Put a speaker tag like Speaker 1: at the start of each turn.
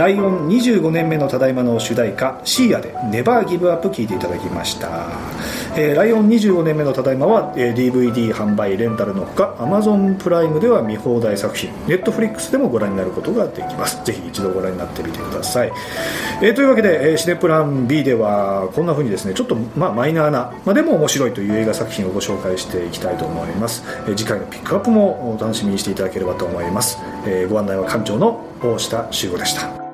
Speaker 1: ライオン25年目のただいまの主題歌シーアでネバーギブアップ聴いていただきました。ライオン25年目のただいまは、DVD 販売レンタルのほか Amazon プライムでは見放題作品、 Netflix でもご覧になることができます。ぜひ一度ご覧になってみてください。というわけで、シネプラン B ではこんな風にですね、ちょっとマイナーな、でも面白いという映画作品をご紹介していきたいと思います。次回のピックアップもお楽しみにしていただければと思います。ご案内は館長の大下修吾でした。